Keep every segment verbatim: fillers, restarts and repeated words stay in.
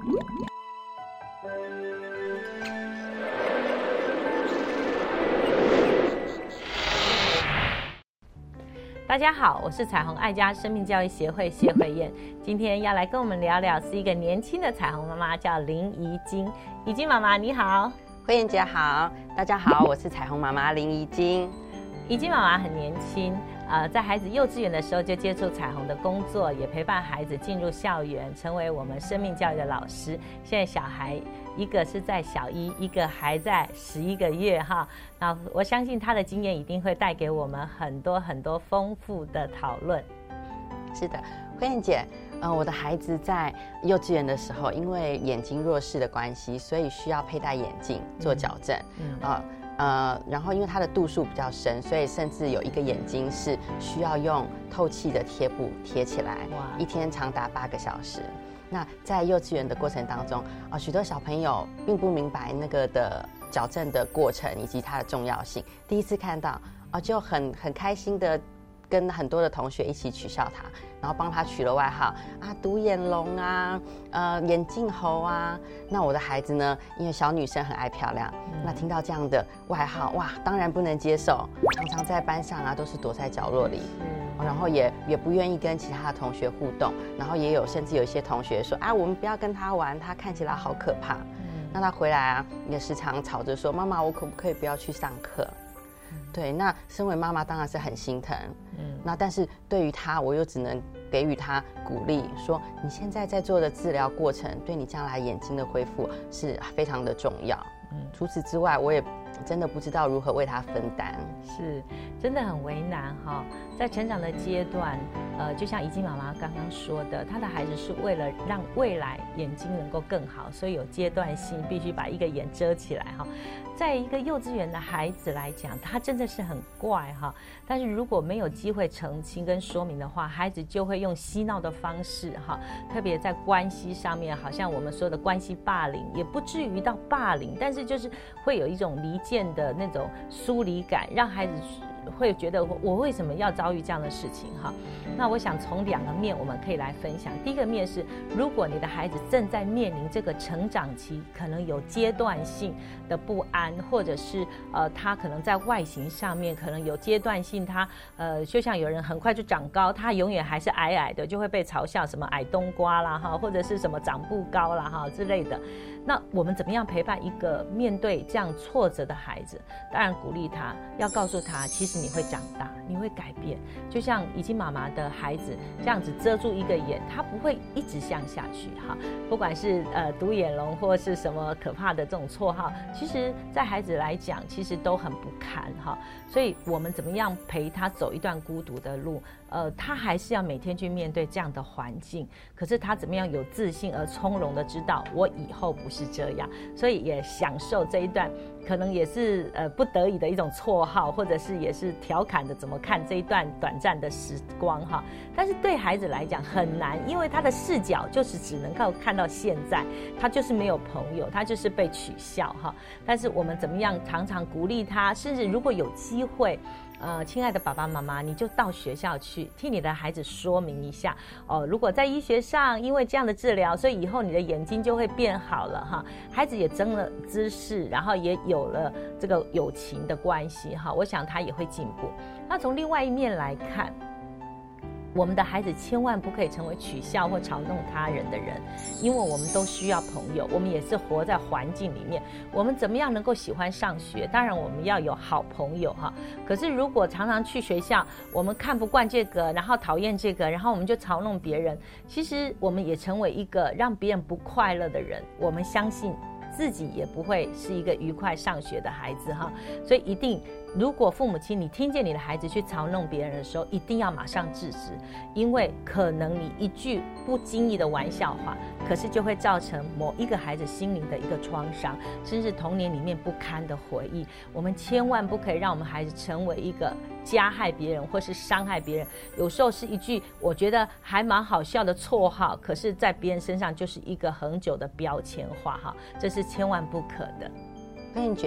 大家好，我是彩虹爱家生命教育协会谢慧燕，今天要来跟我们聊聊是一个年轻的彩虹妈妈，叫林怡晶。怡晶妈妈你好。 慧燕姐好，大家好，我是彩虹妈妈林怡晶。 怡晶妈妈很年轻，呃，在孩子幼稚园的时候就接触彩虹的工作，也陪伴孩子进入校园，成为我们生命教育的老师。现在小孩一个是在小一，一个还在十一个月哈。那我相信他的经验一定会带给我们很多很多丰富的讨论。 是的，慧燕姐，呃，我的孩子在幼稚园的时候，因为眼睛弱视的关系，所以需要佩戴眼镜做矫正。嗯，呃呃，然后因为他的度数比较深，所以甚至有一个眼睛是需要用透气的贴布贴起来，一天长达八个小时。那在幼稚园的过程当中，啊、呃，许多小朋友并不明白那个的矫正的过程以及它的重要性。第一次看到，啊、呃，就很很开心的跟很多的同学一起取笑他，然后帮他取了外号啊，独眼龙啊，呃，眼镜猴啊。那我的孩子呢，因为小女生很爱漂亮，嗯、那听到这样的外号，哇，当然不能接受，常常在班上啊都是躲在角落里。嗯，然后也也不愿意跟其他的同学互动，然后也有甚至有一些同学说啊，我们不要跟他玩，他看起来好可怕。嗯，那他回来啊，也时常吵着说，妈妈，我可不可以不要去上课？嗯，对，那身为妈妈当然是很心疼。嗯，那但是对于他，我又只能给予他鼓励，说你现在在做的治疗过程，对你将来眼睛的恢复是非常的重要。嗯，除此之外，我也真的不知道如何为他分担， 是真的很为难哈。在成长的阶段，呃，就像怡晶妈妈刚刚说的，她的孩子是为了让未来眼睛能够更好，所以有阶段性必须把一个眼遮起来哈。在一个幼稚园的孩子来讲，他真的是很怪哈。但是如果没有机会澄清跟说明的话，孩子就会用嬉闹的方式哈，特别在关系上面，好像我们说的关系霸凌，也不至于到霸凌，但是就是会有一种离间的那种疏离感，让孩子会觉得我为什么要遭遇这样的事情哈？那我想从两个面我们可以来分享。第一个面是，如果你的孩子正在面临这个成长期，可能有阶段性的不安，或者是呃他可能在外形上面可能有阶段性，他呃就像有人很快就长高，他永远还是矮矮的，就会被嘲笑什么矮冬瓜啦哈，或者是什么长不高啦哈之类的。那我们怎么样陪伴一个面对这样挫折的孩子？当然鼓励他，要告诉他，其实你会长大，你会改变。就像怡晶妈妈的孩子这样子遮住一个眼，他不会一直向下去哈。不管是呃独眼龙或是什么可怕的这种绰号，其实在孩子来讲，其实都很不堪哈。所以我们怎么样陪他走一段孤独的路？呃，他还是要每天去面对这样的环境，可是他怎么样有自信而从容的知道我以后不是这样，所以也享受这一段可能也是呃不得已的一种绰号，或者是也是调侃的怎么看这一段短暂的时光哈。但是对孩子来讲很难，因为他的视角就是只能够看到现在，他就是没有朋友，他就是被取笑哈。但是我们怎么样常常鼓励他，甚至如果有机会。呃，亲爱的爸爸妈妈，你就到学校去替你的孩子说明一下哦。如果在医学上，因为这样的治疗，所以以后你的眼睛就会变好了哈。孩子也增了知识，然后也有了这个友情的关系哈。我想他也会进步。那从另外一面来看，我们的孩子千万不可以成为取笑或嘲弄他人的人，因为我们都需要朋友，我们也是活在环境里面。我们怎么样能够喜欢上学？当然我们要有好朋友哈。可是如果常常去学校，我们看不惯这个，然后讨厌这个，然后我们就嘲弄别人，其实我们也成为一个让别人不快乐的人。我们相信自己也不会是一个愉快上学的孩子哈。所以一定，如果父母亲你听见你的孩子去嘲弄别人的时候，一定要马上制止，因为可能你一句不经意的玩笑话，可是就会造成某一个孩子心灵的一个创伤，甚至童年里面不堪的回忆。我们千万不可以让我们孩子成为一个加害别人或是伤害别人，有时候是一句我觉得还蛮好笑的绰号，可是在别人身上就是一个恒久的标签化哈，这是千万不可的。 慧燕姐，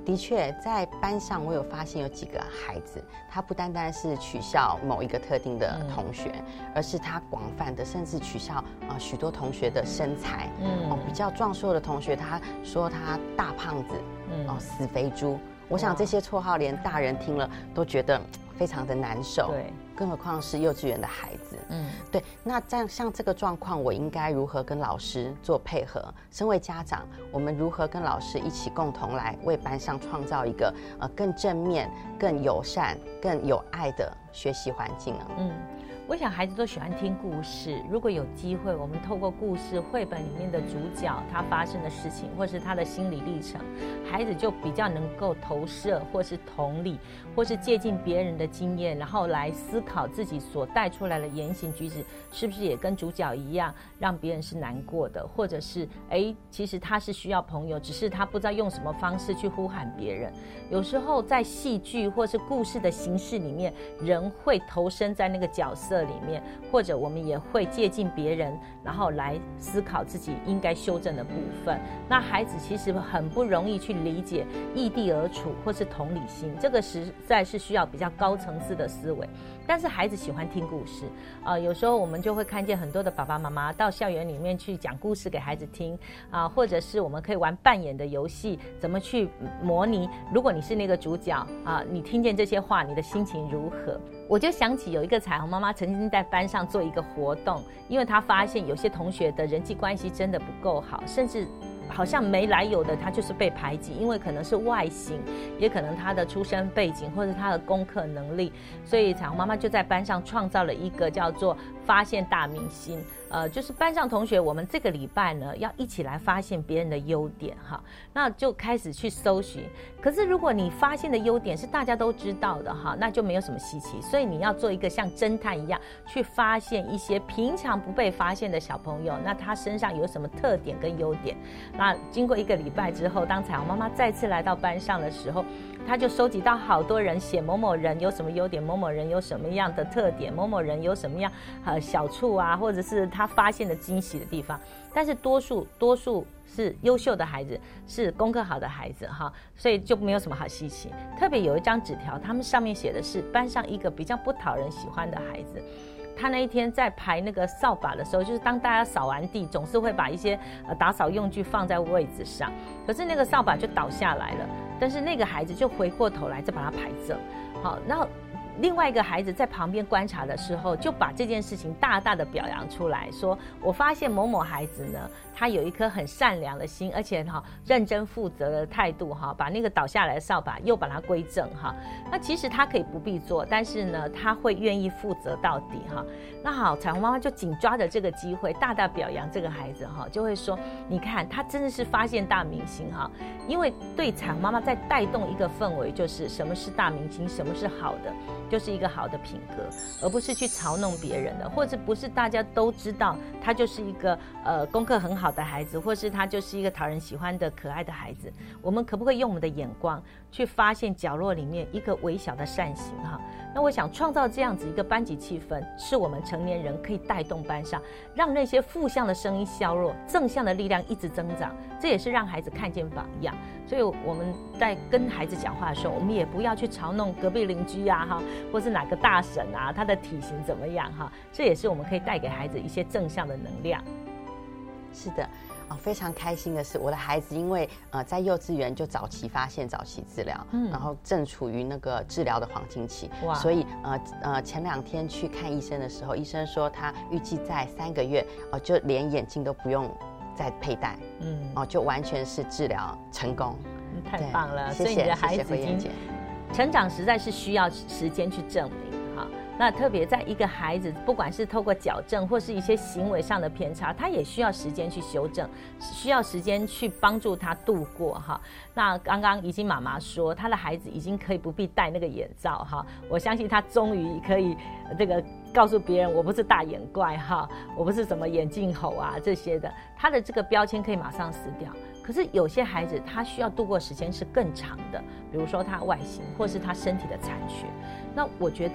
的确，在班上我有发现有几个孩子，他不单单是取笑某一个特定的同学，嗯、而是他广泛的，甚至取笑呃许多同学的身材。嗯，哦，比较壮硕的同学，他说他大胖子，嗯、哦，死肥猪。我想这些绰号连大人听了都觉得非常的难受。对。更何况是幼稚园的孩子，嗯，对。那这样像这个状况，我应该如何跟老师做配合？身为家长，我们如何跟老师一起共同来为班上创造一个呃更正面、更友善、更有爱的学习环境呢？嗯。 我想孩子都喜欢听故事，如果有机会，我们透过故事绘本里面的主角他发生的事情，或是他的心理历程，孩子就比较能够投射，或是同理，或是借鉴别人的经验，然后来思考自己所带出来的言行举止是不是也跟主角一样，让别人是难过的，或者是哎，其实他是需要朋友，只是他不知道用什么方式去呼喊别人。有时候在戏剧或是故事的形式里面，人会投身在那个角色里面，或者我们也会接近别人，然后来思考自己应该修正的部分。那孩子其实很不容易去理解异地而处或是同理心，这个实在是需要比较高层次的思维。但是孩子喜欢听故事，呃，有时候我们就会看见很多的爸爸妈妈到校园里面去讲故事给孩子听啊、呃，或者是我们可以玩扮演的游戏，怎么去模拟，如果你是那个主角啊、呃，你听见这些话，你的心情如何？我就想起有一个彩虹妈妈曾经在班上做一个活动，因为她发现有些同学的人际关系真的不够好，甚至好像没来由的他就是被排挤，因为可能是外形，也可能他的出身背景或者他的功课能力，所以彩虹妈妈就在班上创造了一个叫做发现大明星，呃，就是班上同学我们这个礼拜呢要一起来发现别人的优点哈，那就开始去搜寻。可是如果你发现的优点是大家都知道的哈，那就没有什么稀奇，所以你要做一个像侦探一样去发现一些平常不被发现的小朋友，那他身上有什么特点跟优点。那经过一个礼拜之后，当彩虹妈妈再次来到班上的时候，她就收集到好多人写某某人有什么优点，某某人有什么样的特点，某某人有什么样呃小处啊，或者是他发现的惊喜的地方。但是多数多数是优秀的孩子，是功课好的孩子哈，所以就没有什么好稀奇。特别有一张纸条，他们上面写的是班上一个比较不讨人喜欢的孩子。他那一天在排那个扫把的时候，就是当大家扫完地，总是会把一些呃打扫用具放在位置上，可是那个扫把就倒下来了，但是那个孩子就回过头来再把它排正。好，然后另外一个孩子在旁边观察的时候，就把这件事情大大的表扬出来，说我发现某某孩子呢，他有一颗很善良的心，而且哈认真负责的态度哈，把那个倒下来的扫把又把它归正哈。那其实他可以不必做，但是呢，他会愿意负责到底哈。那好，彩虹妈妈就紧抓着这个机会，大大表扬这个孩子哈，就会说，你看他真的是发现大明星哈。因为对彩虹妈妈在带动一个氛围，就是什么是大明星，什么是好的，就是一个好的品格，而不是去嘲弄别人的，或者不是大家都知道他就是一个呃功课很好的孩子，或是他就是一个讨人喜欢的可爱的孩子。我们可不可以用我们的眼光去发现角落里面一个微小的善行哈？那我想创造这样子一个班级气氛，是我们成年人可以带动班上，让那些负向的声音削弱，正向的力量一直增长，这也是让孩子看见榜样。所以我们在跟孩子讲话的时候，我们也不要去嘲弄隔壁邻居啊哈，或是哪个大婶啊，他的体型怎么样哈，这也是我们可以带给孩子一些正向的能量。 是的。哦，非常开心的是，我的孩子因为呃在幼稚园就早期发现、早期治疗，嗯，然后正处于那个治疗的黄金期，哇，所以呃呃前两天去看医生的时候，医生说他预计在三个月哦、呃、就连眼镜都不用再佩戴，嗯，哦就完全是治疗成功， 嗯、太棒了， 谢谢， 所以你的孩子已经成长实在是需要时间去证明。那特别在一个孩子，不管是透过矫正或是一些行为上的偏差，他也需要时间去修正，需要时间去帮助他度过哈。那刚刚已经妈妈说，他的孩子已经可以不必戴那个眼罩哈，我相信他终于可以这个告诉别人，我不是大眼怪哈，我不是什么眼镜猴啊这些的，他的这个标签可以马上撕掉。可是有些孩子他需要度过时间是更长的，比如说他外形或是他身体的残缺。那我觉得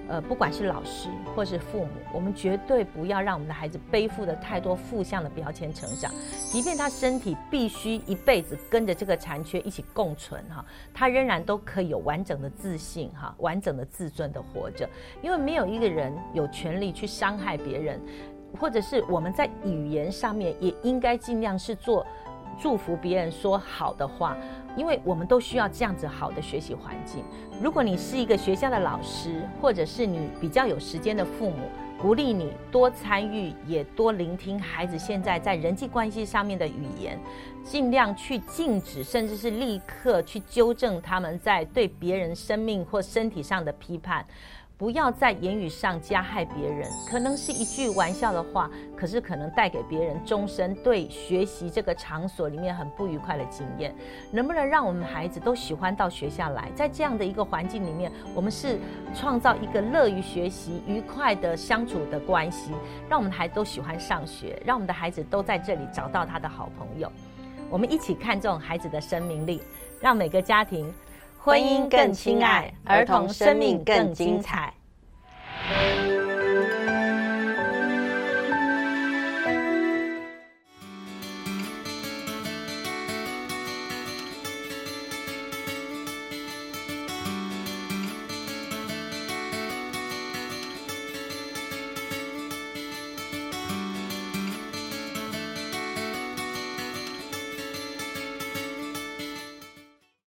呃，不管是老师或是父母，我们绝对不要让我们的孩子背负的太多负向的标签成长。即便他身体必须一辈子跟着这个残缺一起共存哈，他仍然都可以有完整的自信哈，完整的自尊的活着。因为没有一个人有权利去伤害别人，或者是我们在语言上面也应该尽量是做祝福别人说好的话。因为我们都需要这样子好的学习环境。如果你是一个学校的老师，或者是你比较有时间的父母，鼓励你多参与，也多聆听孩子现在在人际关系上面的语言，尽量去禁止，甚至是立刻去纠正他们在对别人生命或身体上的批判。不要在言语上加害别人，可能是一句玩笑的话，可是可能带给别人终身对学习这个场所里面很不愉快的经验。能不能让我们孩子都喜欢到学校来，在这样的一个环境里面，我们是创造一个乐于学习、愉快的相处的关系，让我们的孩子都喜欢上学，让我们的孩子都在这里找到他的好朋友。我们一起看重孩子的生命力，让每个家庭婚姻更亲爱，儿童生命更精彩。